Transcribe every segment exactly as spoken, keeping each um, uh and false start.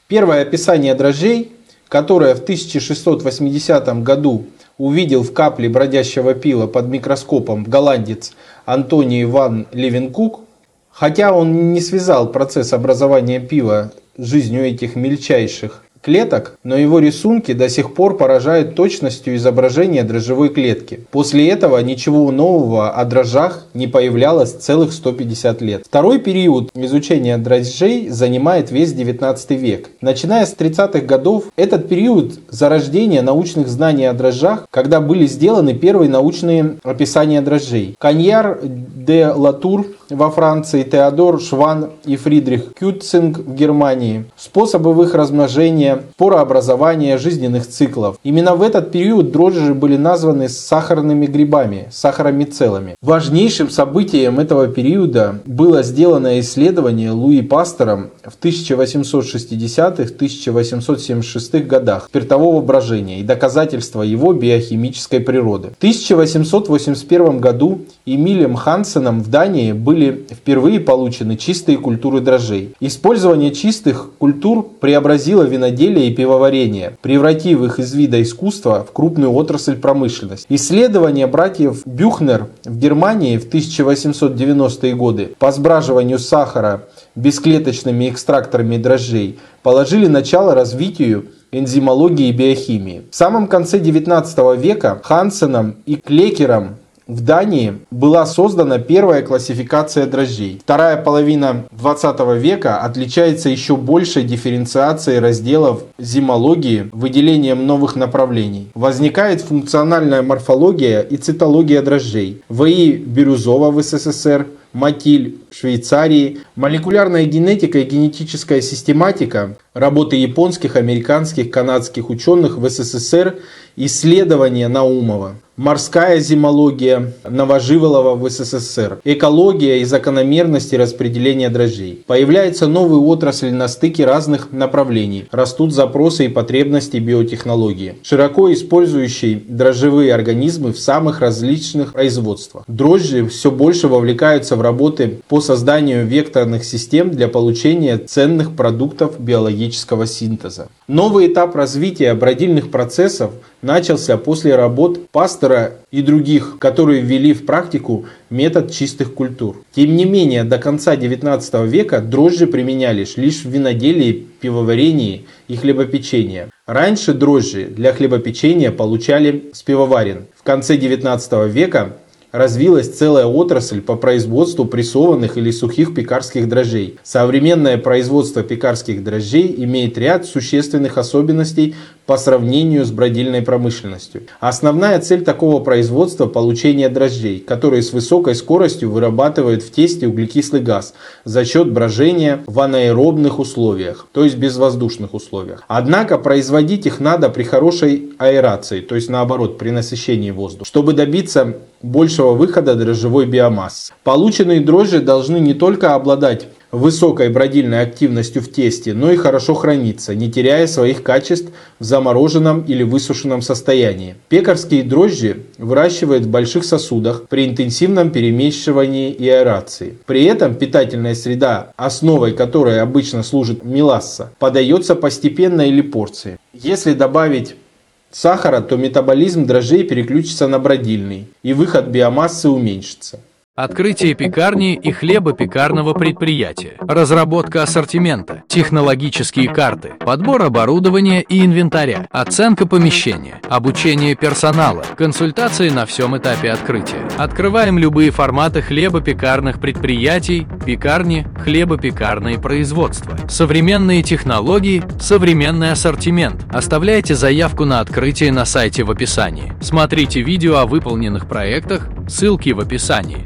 Первое описание дрожжей, которое в тысяча шестьсот восьмидесятом году увидел в капле бродящего пива под микроскопом голландец Антоний ван Левенкук, хотя он не связал процесс образования пива с жизнью этих мельчайших клеток, но его рисунки до сих пор поражают точностью изображения дрожжевой клетки. После этого ничего нового о дрожжах не появлялось целых сто пятьдесят лет. Второй период изучения дрожжей занимает весь девятнадцатый век. Начиная с тридцатых годов, этот период зарождения научных знаний о дрожжах, когда были сделаны первые научные описания дрожжей. Каньяр де Латур во Франции, Теодор Шван и Фридрих Кюцинг в Германии. Способы их размножения, спорообразования, жизненных циклов. Именно в этот период дрожжи были названы сахарными грибами, сахаромицеллами. Важнейшим событием этого периода было сделано исследование Луи Пастером в тысяча восемьсот шестидесятых — тысяча восемьсот семьдесят шестых годах спиртового брожения и доказательства его биохимической природы. В тысяча восемьсот восемьдесят первом году Эмилем Хансеном в Дании были впервые получены чистые культуры дрожжей. Использование чистых культур преобразило виноделие и пивоварение, превратив их из вида искусства в крупную отрасль промышленности. Исследования братьев Бюхнер в Германии в тысяча восемьсот девяностые годы по сбраживанию сахара бесклеточными экстракторами дрожжей положили начало развитию энзимологии и биохимии. В самом конце девятнадцатого века Хансеном и Клекером в Дании была создана первая классификация дрожжей. Вторая половина двадцатого века отличается еще большей дифференциацией разделов зимологии, выделением новых направлений. Возникает функциональная морфология и цитология дрожжей. В И. Бирюзова в СССР, Матиль в Швейцарии, молекулярная генетика и генетическая систематика, работы японских, американских, канадских ученых в СССР, исследования Наумова, морская зимология Новоживолова в СССР, экология и закономерности распределения дрожжей. Появляется новая отрасль на стыке разных направлений, растут запросы и потребности биотехнологии, широко использующие дрожжевые организмы в самых различных производствах. Дрожжи все больше вовлекаются в работы по созданию векторных систем для получения ценных продуктов биологического синтеза. Новый этап развития бродильных процессов начался после работ Пастера и других, которые ввели в практику метод чистых культур. Тем не менее, до конца девятнадцатого века дрожжи применялись лишь в виноделии, пивоварении и хлебопечении. Раньше дрожжи для хлебопечения получали с пивоварен. В конце девятнадцатого века развилась целая отрасль по производству прессованных или сухих пекарских дрожжей. Современное производство пекарских дрожжей имеет ряд существенных особенностей по сравнению с бродильной промышленностью. Основная цель такого производства – получение дрожжей, которые с высокой скоростью вырабатывают в тесте углекислый газ за счет брожения в анаэробных условиях, то есть безвоздушных условиях. Однако производить их надо при хорошей аэрации, то есть наоборот при насыщении воздуха, чтобы добиться большего выхода дрожжевой биомассы. Полученные дрожжи должны не только обладать высокой бродильной активностью в тесте, но и хорошо храниться, не теряя своих качеств в замороженном или высушенном состоянии. Пекарские дрожжи выращивают в больших сосудах при интенсивном перемешивании и аэрации. При этом питательная среда, основой которой обычно служит меласса, подается постепенно или порции. Если добавить сахара, то метаболизм дрожжей переключится на бродильный, и выход биомассы уменьшится. Открытие пекарни и хлебопекарного предприятия, разработка ассортимента, технологические карты, подбор оборудования и инвентаря, оценка помещения, обучение персонала, консультации на всем этапе открытия. Открываем любые форматы хлебопекарных предприятий, пекарни, хлебопекарные производства. Современные технологии, современный ассортимент. Оставляйте заявку на открытие на сайте в описании. Смотрите видео о выполненных проектах, ссылки в описании.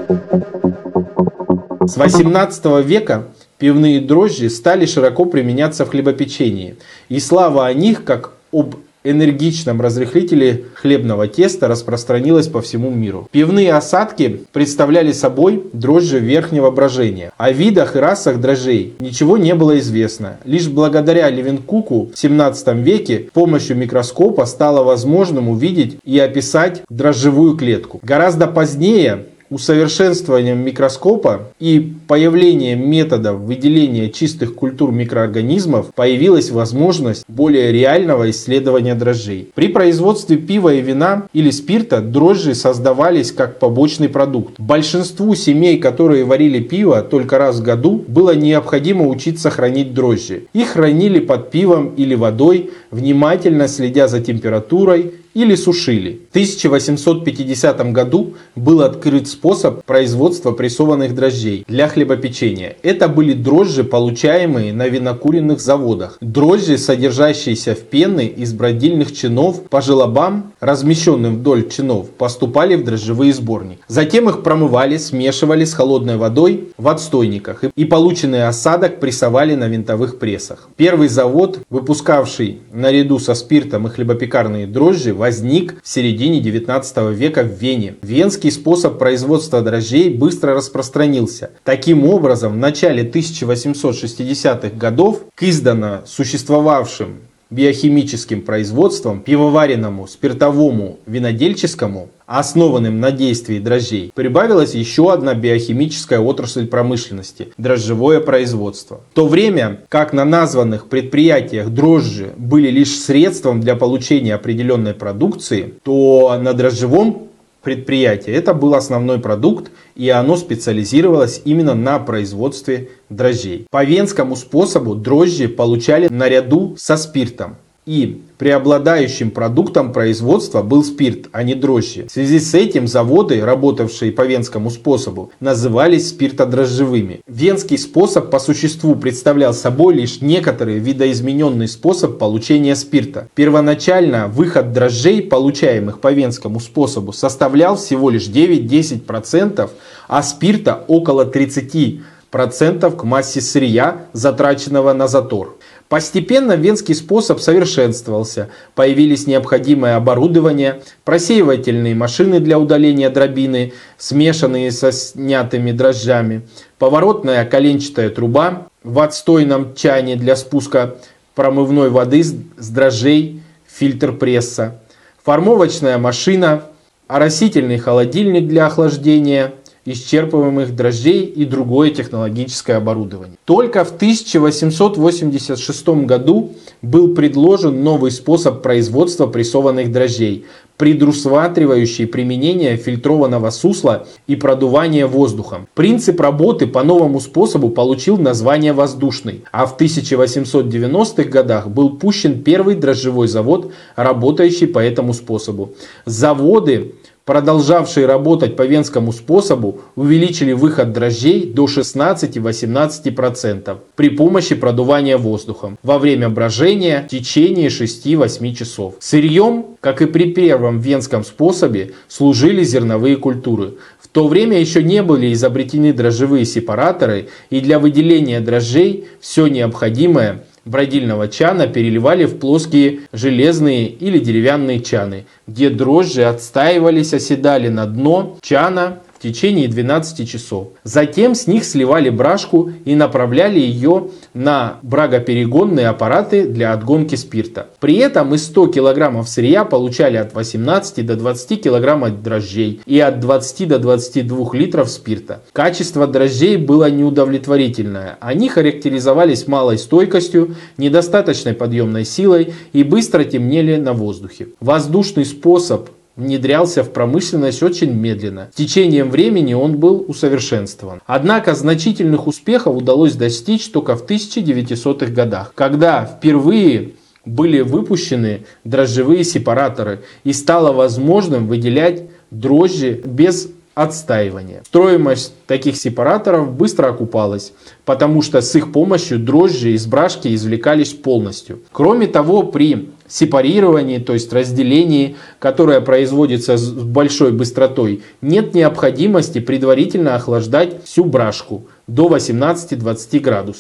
С восемнадцатого века пивные дрожжи стали широко применяться в хлебопечении, и слава о них, как об энергичном разрыхлителе хлебного теста, распространилась по всему миру. Пивные осадки представляли собой дрожжи верхнего брожения. О видах и расах дрожжей ничего не было известно. Лишь благодаря Левенкуку в семнадцатом веке с помощью микроскопа стало возможным увидеть и описать дрожжевую клетку. Гораздо позднее усовершенствованием микроскопа и появлением методов выделения чистых культур микроорганизмов появилась возможность более реального исследования дрожжей. При производстве пива и вина или спирта дрожжи создавались как побочный продукт. Большинству семей, которые варили пиво только раз в году, было необходимо учиться хранить дрожжи. Их хранили под пивом или водой, внимательно следя за температурой, или сушили. В тысяча восемьсот пятидесятом году был открыт способ производства прессованных дрожжей для хлебопечения. Это были дрожжи, получаемые на винокуренных заводах. Дрожжи, содержащиеся в пены из бродильных чинов, по желобам, размещенным вдоль чинов, поступали в дрожжевые сборники. Затем их промывали, смешивали с холодной водой в отстойниках и полученный осадок прессовали на винтовых прессах. Первый завод, выпускавший наряду со спиртом и хлебопекарные дрожжи, возник в середине девятнадцатого века в Вене. Венский способ производства дрожжей быстро распространился. Таким образом, в начале тысяча восемьсот шестидесятых годов к издавна существовавшим биохимическим производством, пивоваренному, спиртовому, винодельческому, основанным на действии дрожжей, прибавилась еще одна биохимическая отрасль промышленности – дрожжевое производство. В то время как на названных предприятиях дрожжи были лишь средством для получения определенной продукции, то на дрожжевом предприятии это был основной продукт, и оно специализировалось именно на производстве дрожжей. По венскому способу дрожжи получали наряду со спиртом. И преобладающим продуктом производства был спирт, а не дрожжи. В связи с этим заводы, работавшие по венскому способу, назывались спиртодрожжевыми. Венский способ по существу представлял собой лишь некоторый видоизмененный способ получения спирта. Первоначально выход дрожжей, получаемых по венскому способу, составлял всего лишь девять-десять процентов, а спирта около тридцати процентов к массе сырья, затраченного на затор. Постепенно венский способ совершенствовался, появились необходимое оборудование, просеивательные машины для удаления дробины, смешанные со снятыми дрожжами, поворотная коленчатая труба в отстойном чане для спуска промывной воды с дрожжей, фильтр пресса, формовочная машина, оросительный холодильник для охлаждения исчерпываемых дрожжей и другое технологическое оборудование. Только в тысяча восемьсот восемьдесят шестом году был предложен новый способ производства прессованных дрожжей, предусматривающий применение фильтрованного сусла и продувание воздухом. Принцип работы по новому способу получил название воздушный, а в тысяча восемьсот девяностых годах был пущен первый дрожжевой завод, работающий по этому способу. Заводы, продолжавшие работать по венскому способу, увеличили выход дрожжей до шестнадцати-восемнадцати процентов при помощи продувания воздухом во время брожения в течение шести-восьми часов. Сырьем, как и при первом венском способе, служили зерновые культуры. В то время еще не были изобретены дрожжевые сепараторы, и для выделения дрожжей все необходимое бродильного чана переливали в плоские железные или деревянные чаны, где дрожжи отстаивались, оседали на дно чана в течение двенадцати часов. Затем с них сливали брашку и направляли ее на брагоперегонные аппараты для отгонки спирта. При этом из ста килограммов сырья получали от восемнадцати до двадцати килограммов дрожжей и от двадцати до двадцати двух литров спирта. Качество дрожжей было неудовлетворительное. Они характеризовались малой стойкостью, недостаточной подъемной силой и быстро темнели на воздухе. Воздушный способ внедрялся в промышленность очень медленно. С течением времени он был усовершенствован. Однако значительных успехов удалось достичь только в тысяча девятисотых годах, когда впервые были выпущены дрожжевые сепараторы и стало возможным выделять дрожжи без отстаивания. Стоимость таких сепараторов быстро окупалась, потому что с их помощью дрожжи из брашки извлекались полностью. Кроме того, при сепарировании, то есть разделении, которое производится с большой быстротой, нет необходимости предварительно охлаждать всю брашку до восемнадцати-двадцати градусов.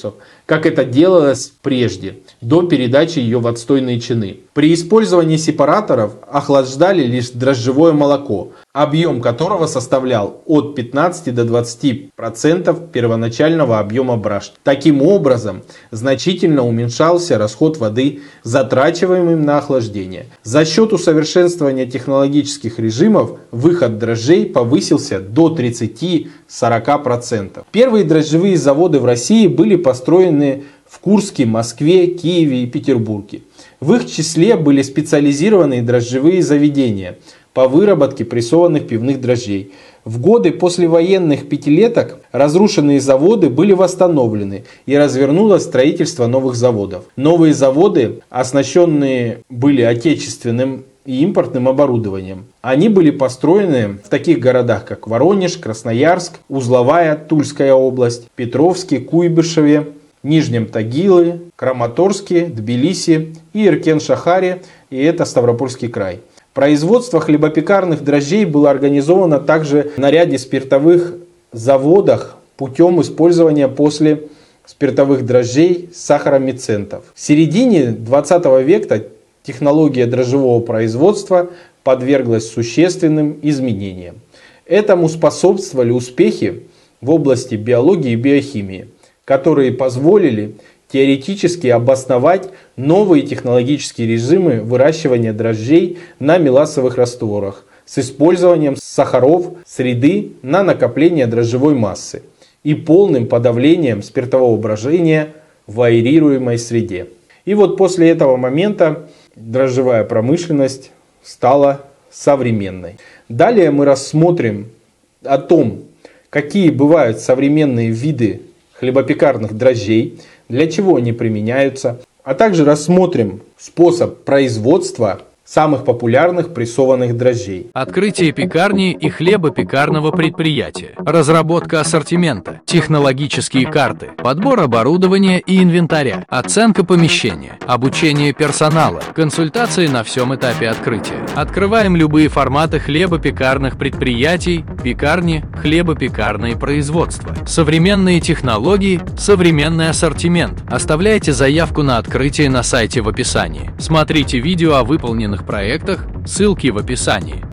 как это делалось прежде, до передачи ее в отстойные чины. При использовании сепараторов охлаждали лишь дрожжевое молоко, объем которого составлял от пятнадцати до двадцати процентов первоначального объема брашки. Таким образом, значительно уменьшался расход воды, затрачиваемый на охлаждение. За счет усовершенствования технологических режимов выход дрожжей повысился до тридцати-сорока процентов. Первые дрожжевые заводы в России были построены в Курске, Москве, Киеве и Петербурге. В их числе были специализированные дрожжевые заведения по выработке прессованных пивных дрожжей. В годы послевоенных пятилеток разрушенные заводы были восстановлены и развернулось строительство новых заводов. Новые заводы, оснащенные были отечественным и импортным оборудованием. Они были построены в таких городах, как Воронеж, Красноярск, Узловая, Тульская область, Петровске, Куйбышеве, Нижнем Тагиле, Краматорске, Тбилиси и Иркен-Шахаре, и это Ставропольский край. Производство хлебопекарных дрожжей было организовано также на ряде спиртовых заводах путем использования после спиртовых дрожжей сахаромицентов. В середине двадцатого века технология дрожжевого производства подверглась существенным изменениям. Этому способствовали успехи в области биологии и биохимии, которые позволили теоретически обосновать новые технологические режимы выращивания дрожжей на мелассовых растворах с использованием сахаров среды на накопление дрожжевой массы и полным подавлением спиртового брожения в аэрируемой среде. И вот после этого момента дрожжевая промышленность стала современной. Далее мы рассмотрим о том, какие бывают современные виды хлебопекарных дрожжей, для чего они применяются, а также рассмотрим способ производства самых популярных прессованных дрожжей. Открытие пекарни и хлебопекарного предприятия, разработка ассортимента, технологические карты, подбор оборудования и инвентаря, оценка помещения, обучение персонала, консультации на всем этапе открытия. Открываем любые форматы хлебопекарных предприятий, пекарни, хлебопекарное производство. Современные технологии, современный ассортимент. Оставляйте заявку на открытие на сайте в описании. Смотрите видео о выполненных проектах, ссылки в описании.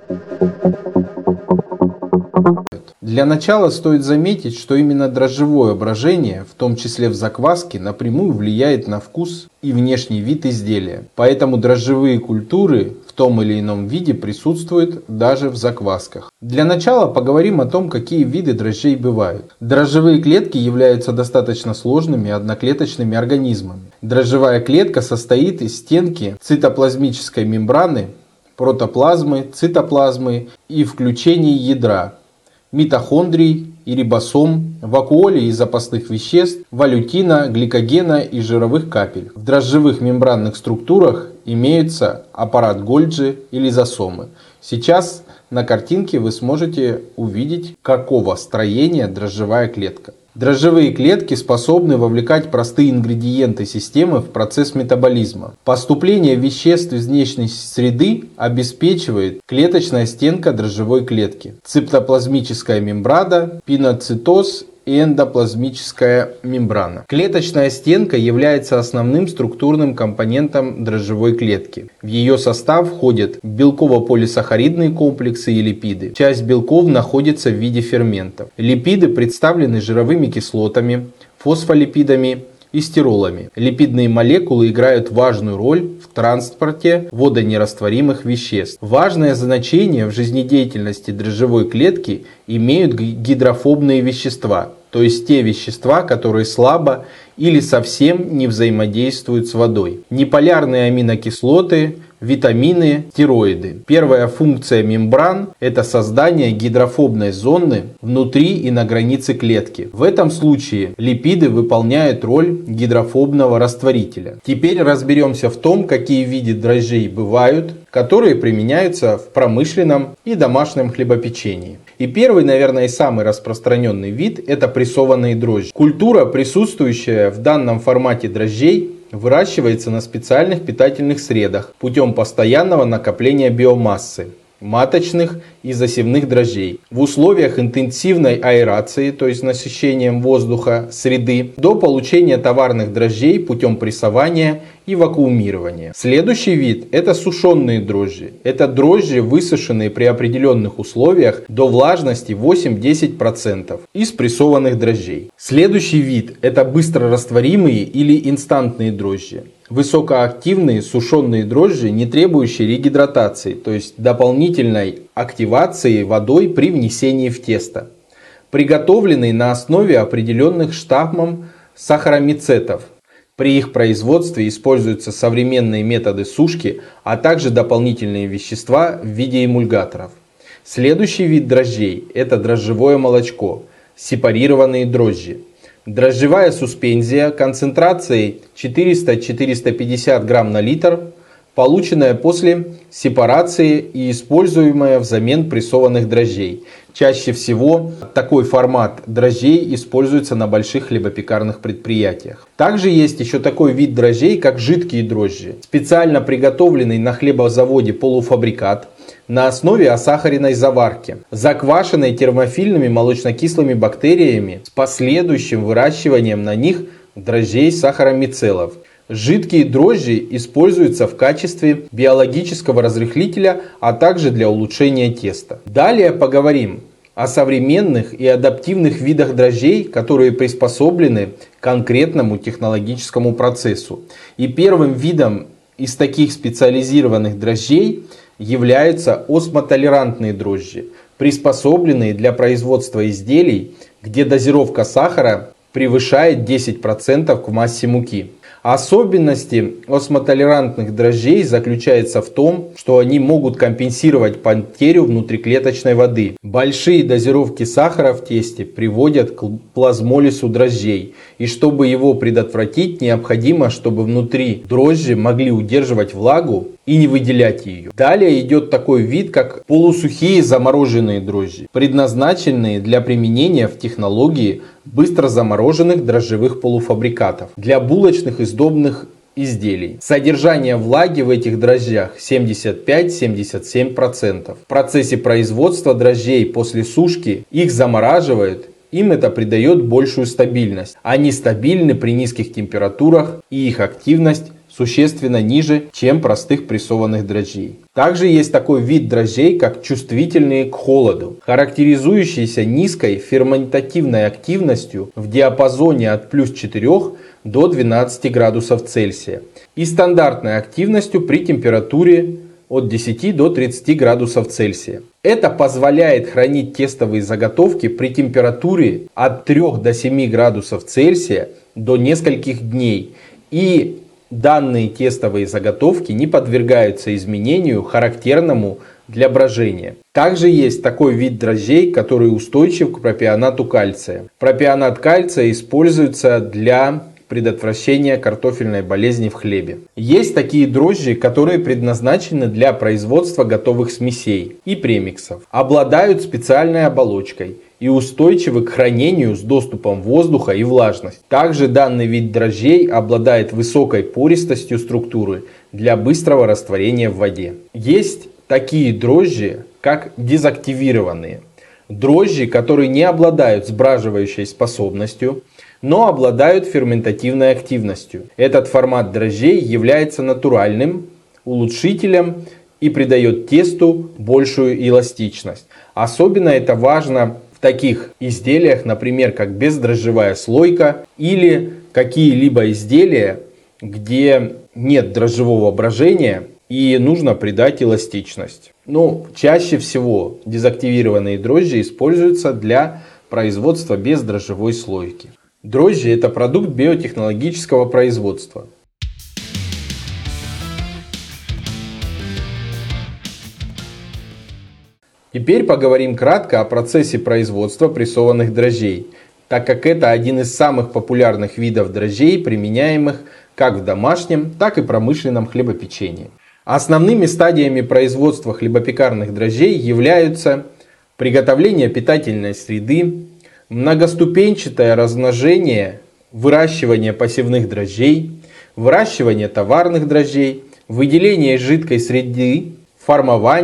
Для начала стоит заметить, что именно дрожжевое брожение, в том числе в закваске, напрямую влияет на вкус и внешний вид изделия. Поэтому дрожжевые культуры в том или ином виде присутствуют даже в заквасках. Для начала поговорим о том, какие виды дрожжей бывают. Дрожжевые клетки являются достаточно сложными одноклеточными организмами. Дрожжевая клетка состоит из стенки цитоплазмической мембраны, протоплазмы, цитоплазмы и включений ядра, митохондрий и рибосом, вакуолей и запасных веществ, валютина, гликогена и жировых капель. В дрожжевых мембранных структурах имеются аппарат Гольджи и лизосомы. Сейчас на картинке вы сможете увидеть, какого строения дрожжевая клетка. Дрожжевые клетки способны вовлекать простые ингредиенты системы в процесс метаболизма. Поступление веществ из внешней среды обеспечивает клеточная стенка дрожжевой клетки, цитоплазмическая мембрана, пиноцитоз и эндоплазмическая мембрана. Клеточная стенка является основным структурным компонентом дрожжевой клетки. В ее состав входят белково-полисахаридные комплексы и липиды. Часть белков находится в виде ферментов. Липиды представлены жировыми кислотами, фосфолипидами и стиролами. Липидные молекулы играют важную роль в транспорте водонерастворимых веществ. Важное значение в жизнедеятельности дрожжевой клетки имеют гидрофобные вещества, то есть те вещества, которые слабо или совсем не взаимодействуют с водой. Неполярные аминокислоты, витамины, стероиды. Первая функция мембран – это создание гидрофобной зоны внутри и на границе клетки. В этом случае липиды выполняют роль гидрофобного растворителя. Теперь разберемся в том, какие виды дрожжей бывают, которые применяются в промышленном и домашнем хлебопечении. И первый, наверное, и самый распространенный вид – это прессованные дрожжи. Культура, присутствующая в данном формате дрожжей, выращивается на специальных питательных средах путем постоянного накопления биомассы маточных и засевных дрожжей. В условиях интенсивной аэрации, то есть насыщением воздуха среды, до получения товарных дрожжей путем прессования и вакуумирования. Следующий вид – это сушеные дрожжи. Это дрожжи, высушенные при определенных условиях до влажности восемь-десять процентов из прессованных дрожжей. Следующий вид – это быстрорастворимые или инстантные дрожжи. Высокоактивные сушеные дрожжи, не требующие регидратации, то есть дополнительной активации водой при внесении в тесто. Приготовленные на основе определенных штаммом сахаромицетов. При их производстве используются современные методы сушки, а также дополнительные вещества в виде эмульгаторов. Следующий вид дрожжей – это дрожжевое молочко, сепарированные дрожжи. Дрожжевая суспензия концентрацией четыреста-четыреста пятьдесят грамм на литр, полученная после сепарации и используемая взамен прессованных дрожжей. Чаще всего такой формат дрожжей используется на больших хлебопекарных предприятиях. Также есть еще такой вид дрожжей, как жидкие дрожжи. Специально приготовленный на хлебозаводе полуфабрикат на основе осахаренной заварки, заквашенной термофильными молочнокислыми бактериями с последующим выращиванием на них дрожжей сахаромицеллов. Жидкие дрожжи используются в качестве биологического разрыхлителя, а также для улучшения теста. Далее поговорим о современных и адаптивных видах дрожжей, которые приспособлены к конкретному технологическому процессу. И первым видом из таких специализированных дрожжей являются осмотолерантные дрожжи, приспособленные для производства изделий, где дозировка сахара превышает десять процентов к массе муки. Особенности осмотолерантных дрожжей заключаются в том, что они могут компенсировать потерю внутриклеточной воды. Большие дозировки сахара в тесте приводят к плазмолизу дрожжей, и чтобы его предотвратить, необходимо, чтобы внутри дрожжи могли удерживать влагу и не выделять ее. Далее идет такой вид, как полусухие замороженные дрожжи, предназначенные для применения в технологии быстро замороженных дрожжевых полуфабрикатов для булочных и сдобных изделий. Содержание влаги в этих дрожжах семьдесят пять - семьдесят семь процентов. В процессе производства дрожжей после сушки их замораживают. Им это придает большую стабильность. Они стабильны при низких температурах, и их активность существенно ниже, чем простых прессованных дрожжей. Также есть такой вид дрожжей, как чувствительные к холоду, характеризующиеся низкой ферментативной активностью в диапазоне от плюс четырёх до двенадцати градусов Цельсия и стандартной активностью при температуре от десяти до тридцати градусов Цельсия. Это позволяет хранить тестовые заготовки при температуре от трёх до семи градусов Цельсия до нескольких дней, и данные тестовые заготовки не подвергаются изменению, характерному для брожения. Также есть такой вид дрожжей, который устойчив к пропионату кальция. Пропионат кальция используется для предотвращения картофельной болезни в хлебе. Есть такие дрожжи, которые предназначены для производства готовых смесей и премиксов, обладают специальной оболочкой и устойчивы к хранению с доступом воздуха и влажности. Также данный вид дрожжей обладает высокой пористостью структуры для быстрого растворения в воде. Есть такие дрожжи, как дезактивированные. Дрожжи, которые не обладают сбраживающей способностью, но обладают ферментативной активностью. Этот формат дрожжей является натуральным улучшителем и придает тесту большую эластичность. Особенно это важно в таких изделиях, например, как бездрожжевая слойка или какие-либо изделия, где нет дрожжевого брожения и нужно придать эластичность. Но чаще всего дезактивированные дрожжи используются для производства бездрожжевой слойки. Дрожжи – это продукт биотехнологического производства. Теперь поговорим кратко о процессе производства прессованных дрожжей, так как это один из самых популярных видов дрожжей, применяемых как в домашнем, так и промышленном хлебопечении. Основными стадиями производства хлебопекарных дрожжей являются приготовление питательной среды, многоступенчатое размножение, выращивание посевных дрожжей, выращивание товарных дрожжей, выделение жидкой среды, формование,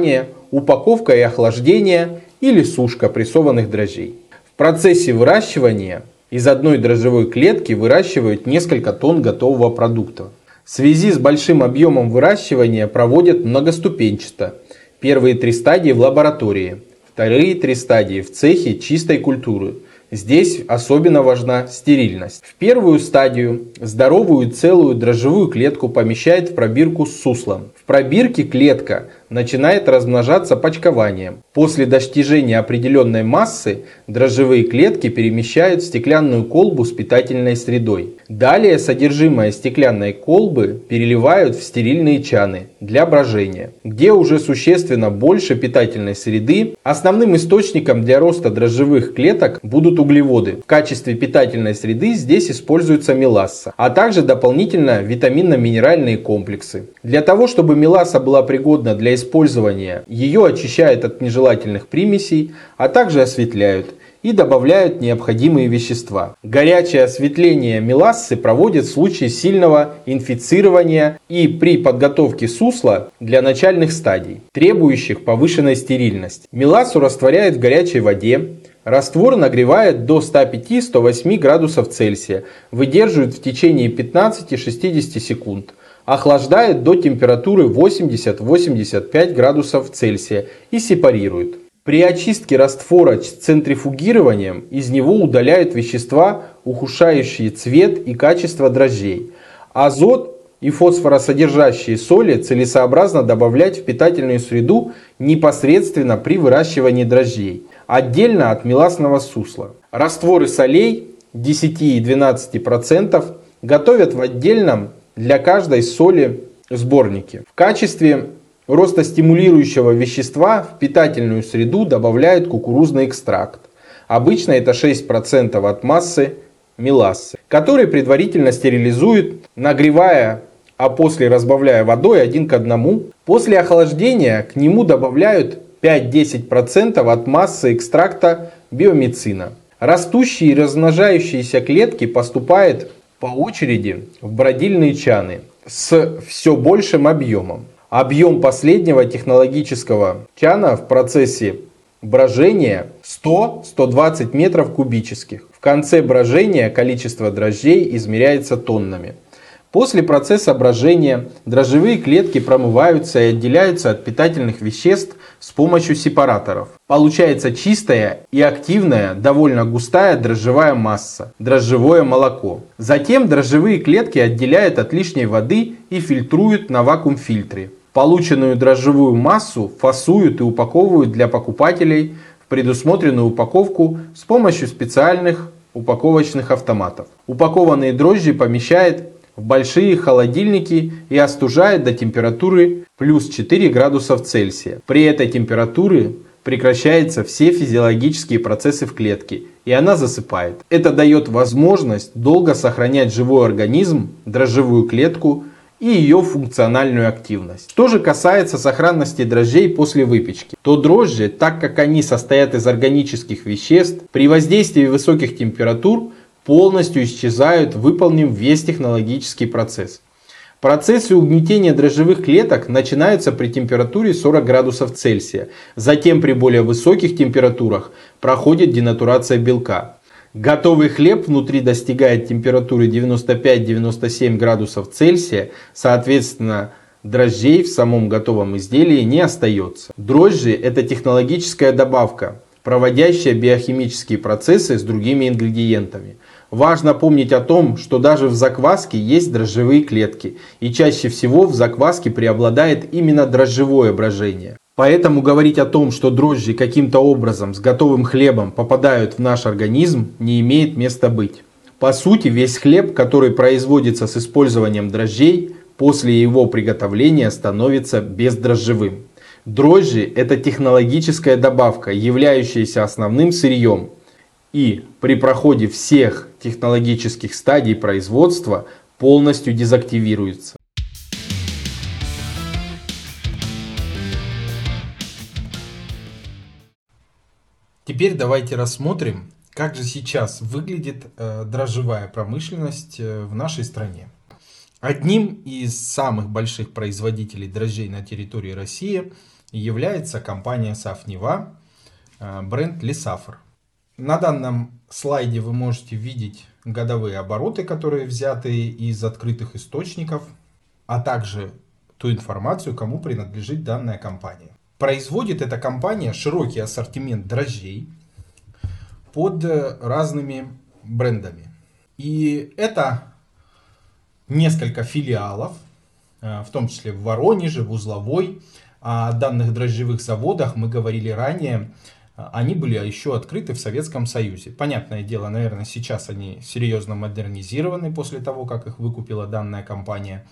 упаковка и охлаждение или сушка прессованных дрожжей. В процессе выращивания из одной дрожжевой клетки выращивают несколько тонн готового продукта. В связи с большим объемом выращивания проводят многоступенчато. Первые три стадии в лаборатории, вторые три стадии в цехе чистой культуры. Здесь особенно важна стерильность. В первую стадию здоровую целую дрожжевую клетку помещают в пробирку с суслом. В пробирке клетка начинает размножаться почкованием. После достижения определенной массы дрожжевые клетки перемещают в стеклянную колбу с питательной средой. Далее содержимое стеклянной колбы переливают в стерильные чаны для брожения, где уже существенно больше питательной среды. Основным источником для роста дрожжевых клеток будут углеводы. В качестве питательной среды здесь используется меласса, а также дополнительно витаминно-минеральные комплексы. Для того, чтобы меласса была пригодна для использования, ее очищают от нежелательных примесей, а также осветляют и добавляют необходимые вещества. Горячее осветление мелассы проводят в случае сильного инфицирования и при подготовке сусла для начальных стадий, требующих повышенной стерильности. Мелассу растворяют в горячей воде. Раствор нагревает до ста пяти — ста восьми градусов Цельсия, выдерживает в течение пятнадцати-шестидесяти секунд. Охлаждает до температуры восемьдесят — восемьдесят пять градусов Цельсия и сепарирует. При очистке раствора центрифугированием из него удаляют вещества, ухудшающие цвет и качество дрожжей. Азот и фосфоросодержащие соли целесообразно добавлять в питательную среду непосредственно при выращивании дрожжей, отдельно от мелассного сусла. Растворы солей десяти и двенадцати процентов готовят в отдельном для каждой соли сборнике. В качестве ростостимулирующего вещества в питательную среду добавляют кукурузный экстракт. Обычно это шесть процентов от массы мелассы, который предварительно стерилизуют, нагревая, а после разбавляя водой один к одному. После охлаждения к нему добавляют пять-десять процентов от массы экстракта биомицина. Растущие и размножающиеся клетки поступают по очереди в бродильные чаны с все большим объемом. Объем последнего технологического чана в процессе брожения сто — сто двадцать метров кубических. В конце брожения количество дрожжей измеряется тоннами. После процесса брожения дрожжевые клетки промываются и отделяются от питательных веществ с помощью сепараторов. Получается чистая и активная, довольно густая дрожжевая масса, дрожжевое молоко. Затем дрожжевые клетки отделяют от лишней воды и фильтруют на вакуум-фильтре. Полученную дрожжевую массу фасуют и упаковывают для покупателей в предусмотренную упаковку с помощью специальных упаковочных автоматов. Упакованные дрожжи помещают в большие холодильники и остужают до температуры плюс четыре градусов Цельсия. При этой температуре прекращаются все физиологические процессы в клетке, и она засыпает. Это дает возможность долго сохранять живой организм, дрожжевую клетку и ее функциональную активность. Что же касается сохранности дрожжей после выпечки, то дрожжи, так как они состоят из органических веществ, при воздействии высоких температур полностью исчезают, выполнив весь технологический процесс. Процессы угнетения дрожжевых клеток начинаются при температуре сорок градусов Цельсия. Затем при более высоких температурах проходит денатурация белка. Готовый хлеб внутри достигает температуры девяносто пять — девяносто семь градусов Цельсия, соответственно, дрожжей в самом готовом изделии не остается. Дрожжи – это технологическая добавка, проводящая биохимические процессы с другими ингредиентами. Важно помнить о том, что даже в закваске есть дрожжевые клетки, и чаще всего в закваске преобладает именно дрожжевое брожение. Поэтому говорить о том, что дрожжи каким-то образом с готовым хлебом попадают в наш организм, не имеет места быть. По сути, весь хлеб, который производится с использованием дрожжей, после его приготовления становится бездрожжевым. Дрожжи – это технологическая добавка, являющаяся основным сырьем, и при проходе всех технологических стадий производства полностью дезактивируется. Теперь давайте рассмотрим, как же сейчас выглядит э, дрожжевая промышленность э, в нашей стране. Одним из самых больших производителей дрожжей на территории России является компания Сафнева, бренд Лисафр. На данном слайде вы можете видеть годовые обороты, которые взяты из открытых источников, а также ту информацию, кому принадлежит данная компания. Производит эта компания широкий ассортимент дрожжей под разными брендами. И это несколько филиалов, в том числе в Воронеже, в Узловой. О данных дрожжевых заводах мы говорили ранее. Они были еще открыты в Советском Союзе. Понятное дело, наверное, сейчас они серьезно модернизированы после того, как их выкупила данная компания.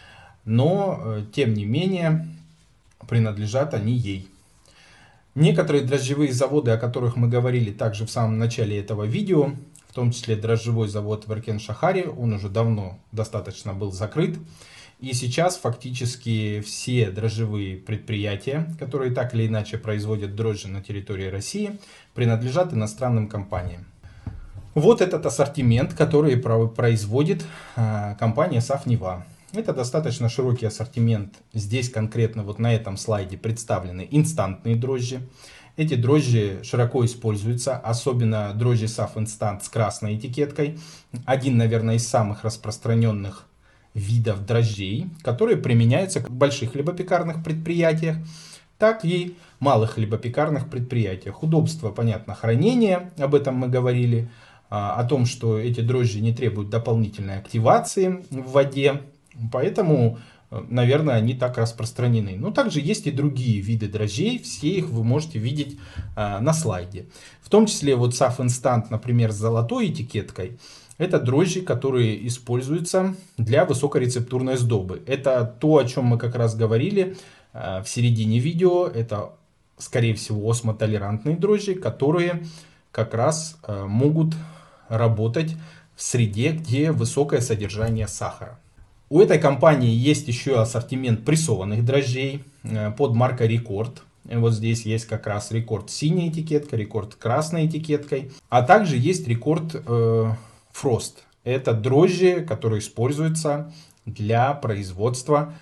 Но, тем не менее, принадлежат они ей. Некоторые дрожжевые заводы, о которых мы говорили также в самом начале этого видео, в том числе дрожжевой завод в Эркен-Шахаре, он уже давно достаточно был закрыт. И сейчас фактически все дрожжевые предприятия, которые так или иначе производят дрожжи на территории России, принадлежат иностранным компаниям. Вот этот ассортимент, который производит компания Сафнева. Это достаточно широкий ассортимент. Здесь конкретно вот на этом слайде представлены инстантные дрожжи. Эти дрожжи широко используются, особенно дрожжи Саф Инстант с красной этикеткой. Один, наверное, из самых распространенных видов дрожжей, которые применяются как в больших хлебопекарных предприятиях, так и малых хлебопекарных предприятиях. Удобство, понятно, хранения, об этом мы говорили, о том, что эти дрожжи не требуют дополнительной активации в воде, поэтому, наверное, они так распространены. Но также есть и другие виды дрожжей, все их вы можете видеть на слайде. В том числе вот Саф Инстант, например, с золотой этикеткой. Это дрожжи, которые используются для высокорецептурной сдобы. Это то, о чем мы как раз говорили в середине видео. Это, скорее всего, осмотолерантные дрожжи, которые как раз могут работать в среде, где высокое содержание сахара. У этой компании есть еще ассортимент прессованных дрожжей под маркой Рекорд. Вот здесь есть как раз Рекорд с синей этикеткой, Рекорд красной этикеткой. А также есть Рекорд э, Фрост. Это дрожжи, которые используются для производства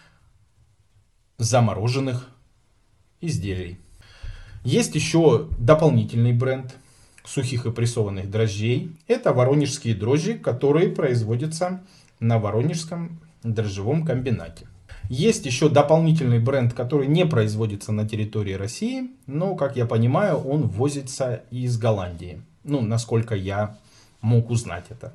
замороженных изделий. Есть еще дополнительный бренд сухих и прессованных дрожжей. Это воронежские дрожжи, которые производятся на Воронежском дрожжевом комбинате. Есть еще дополнительный бренд, который не производится на территории России, но, как я понимаю, он ввозится из Голландии. Ну, насколько я мог узнать это.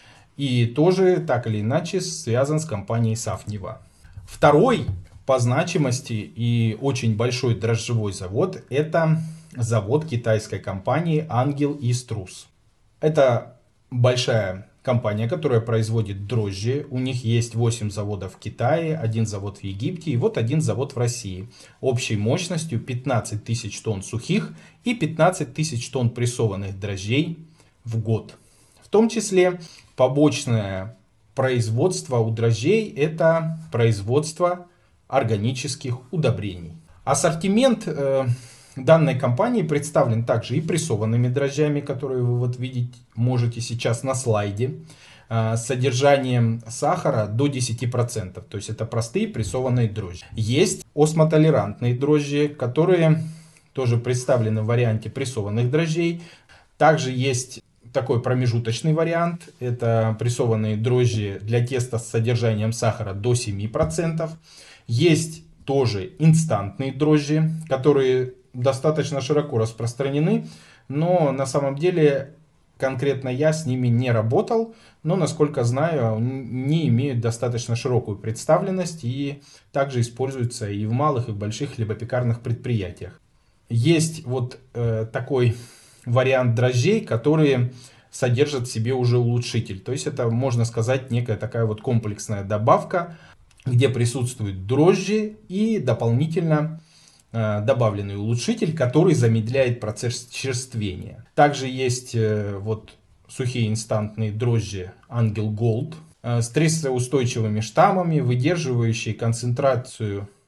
И тоже, так или иначе, связан с компанией Сафнева. Второй по значимости и очень большой дрожжевой завод – это завод китайской компании Ангел и Струс. Это большая компания, которая производит дрожжи. У них есть восемь заводов в Китае, один завод в Египте и вот один завод в России. Общей мощностью пятнадцать тысяч тонн сухих и пятнадцать тысяч тонн прессованных дрожжей в год. В том числе побочное производство у дрожжей – это производство органических удобрений. Ассортимент э, данной компании представлен также и прессованными дрожжами, которые вы вот видеть можете сейчас на слайде, э, с содержанием сахара до десяти процентов. То есть это простые прессованные дрожжи. Есть осмотолерантные дрожжи, которые тоже представлены в варианте прессованных дрожжей. Также есть такой промежуточный вариант. Это прессованные дрожжи для теста с содержанием сахара до семи процентов. Есть тоже инстантные дрожжи, которые достаточно широко распространены, но на самом деле конкретно я с ними не работал, но, насколько знаю, они имеют достаточно широкую представленность и также используются и в малых, и в больших хлебопекарных предприятиях. Есть вот э, такой вариант дрожжей, которые содержат в себе уже улучшитель. То есть это, можно сказать, некая такая вот комплексная добавка, где присутствуют дрожжи и дополнительно э, добавленный улучшитель, который замедляет процесс черствения. Также есть э, вот сухие инстантные дрожжи Ангел Голд э, с стрессоустойчивыми штаммами, выдерживающие концентрацию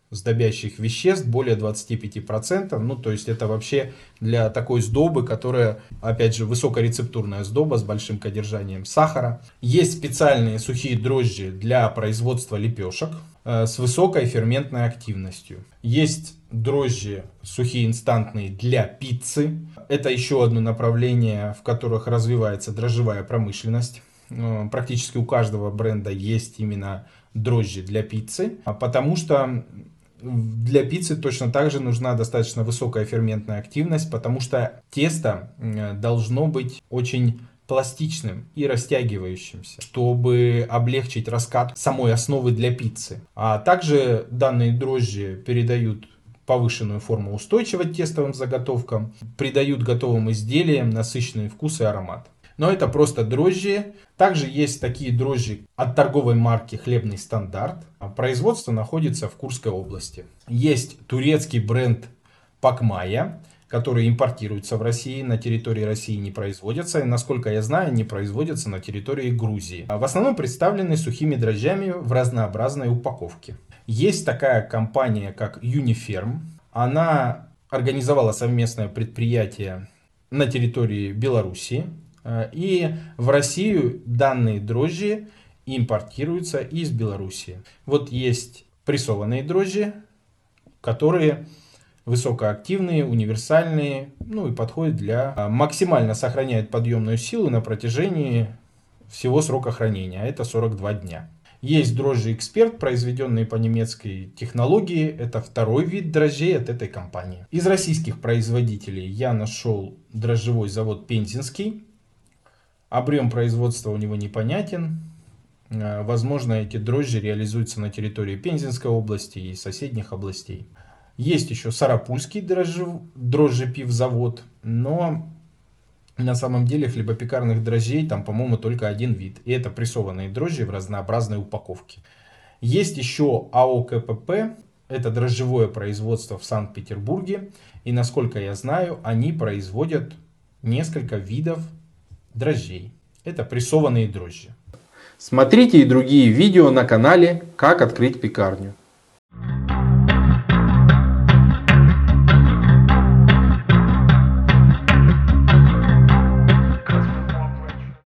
сдобящих веществ более двадцати пяти процентов. Ну, то есть это вообще для такой сдобы, которая, опять же, высокорецептурная сдоба с большим содержанием сахара. Есть специальные сухие дрожжи для производства лепешек э, с высокой ферментной активностью. Есть дрожжи сухие инстантные для пиццы. Это еще одно направление, в которых развивается дрожжевая промышленность. Практически у каждого бренда есть именно дрожжи для пиццы, потому что для пиццы точно так же нужна достаточно высокая ферментная активность, потому что тесто должно быть очень пластичным и растягивающимся, чтобы облегчить раскат самой основы для пиццы. А также данные дрожжи передают повышенную форму устойчивость тестовым заготовкам, придают готовым изделиям насыщенный вкус и аромат. Но это просто дрожжи. Также есть такие дрожжи от торговой марки «Хлебный стандарт». Производство находится в Курской области. Есть турецкий бренд «Пакмая», который импортируется в России, на территории России не производятся. И, насколько я знаю, не производятся на территории Грузии. В основном представлены сухими дрожжами в разнообразной упаковке. Есть такая компания, как Юниферм. Она организовала совместное предприятие на территории Белоруссии. И в Россию данные дрожжи импортируются из Белоруссии. Вот есть прессованные дрожжи, которые высокоактивные, универсальные, ну и подходят для... максимально сохраняют подъемную силу на протяжении всего срока хранения, а это сорок два дня. Есть дрожжи «Эксперт», произведенные по немецкой технологии. Это второй вид дрожжей от этой компании. Из российских производителей я нашел дрожжевой завод «Пензенский». Объем производства у него непонятен. Возможно, эти дрожжи реализуются на территории Пензенской области и соседних областей. Есть еще Сарапульский дрожжепивзавод, но на самом деле хлебопекарных дрожжей там, по-моему, только один вид. И это прессованные дрожжи в разнообразной упаковке. Есть еще АО КПП. Это дрожжевое производство в Санкт-Петербурге. И насколько я знаю, они производят несколько видов дрожжей. Это прессованные дрожжи. Смотрите и другие видео на канале «Как открыть пекарню».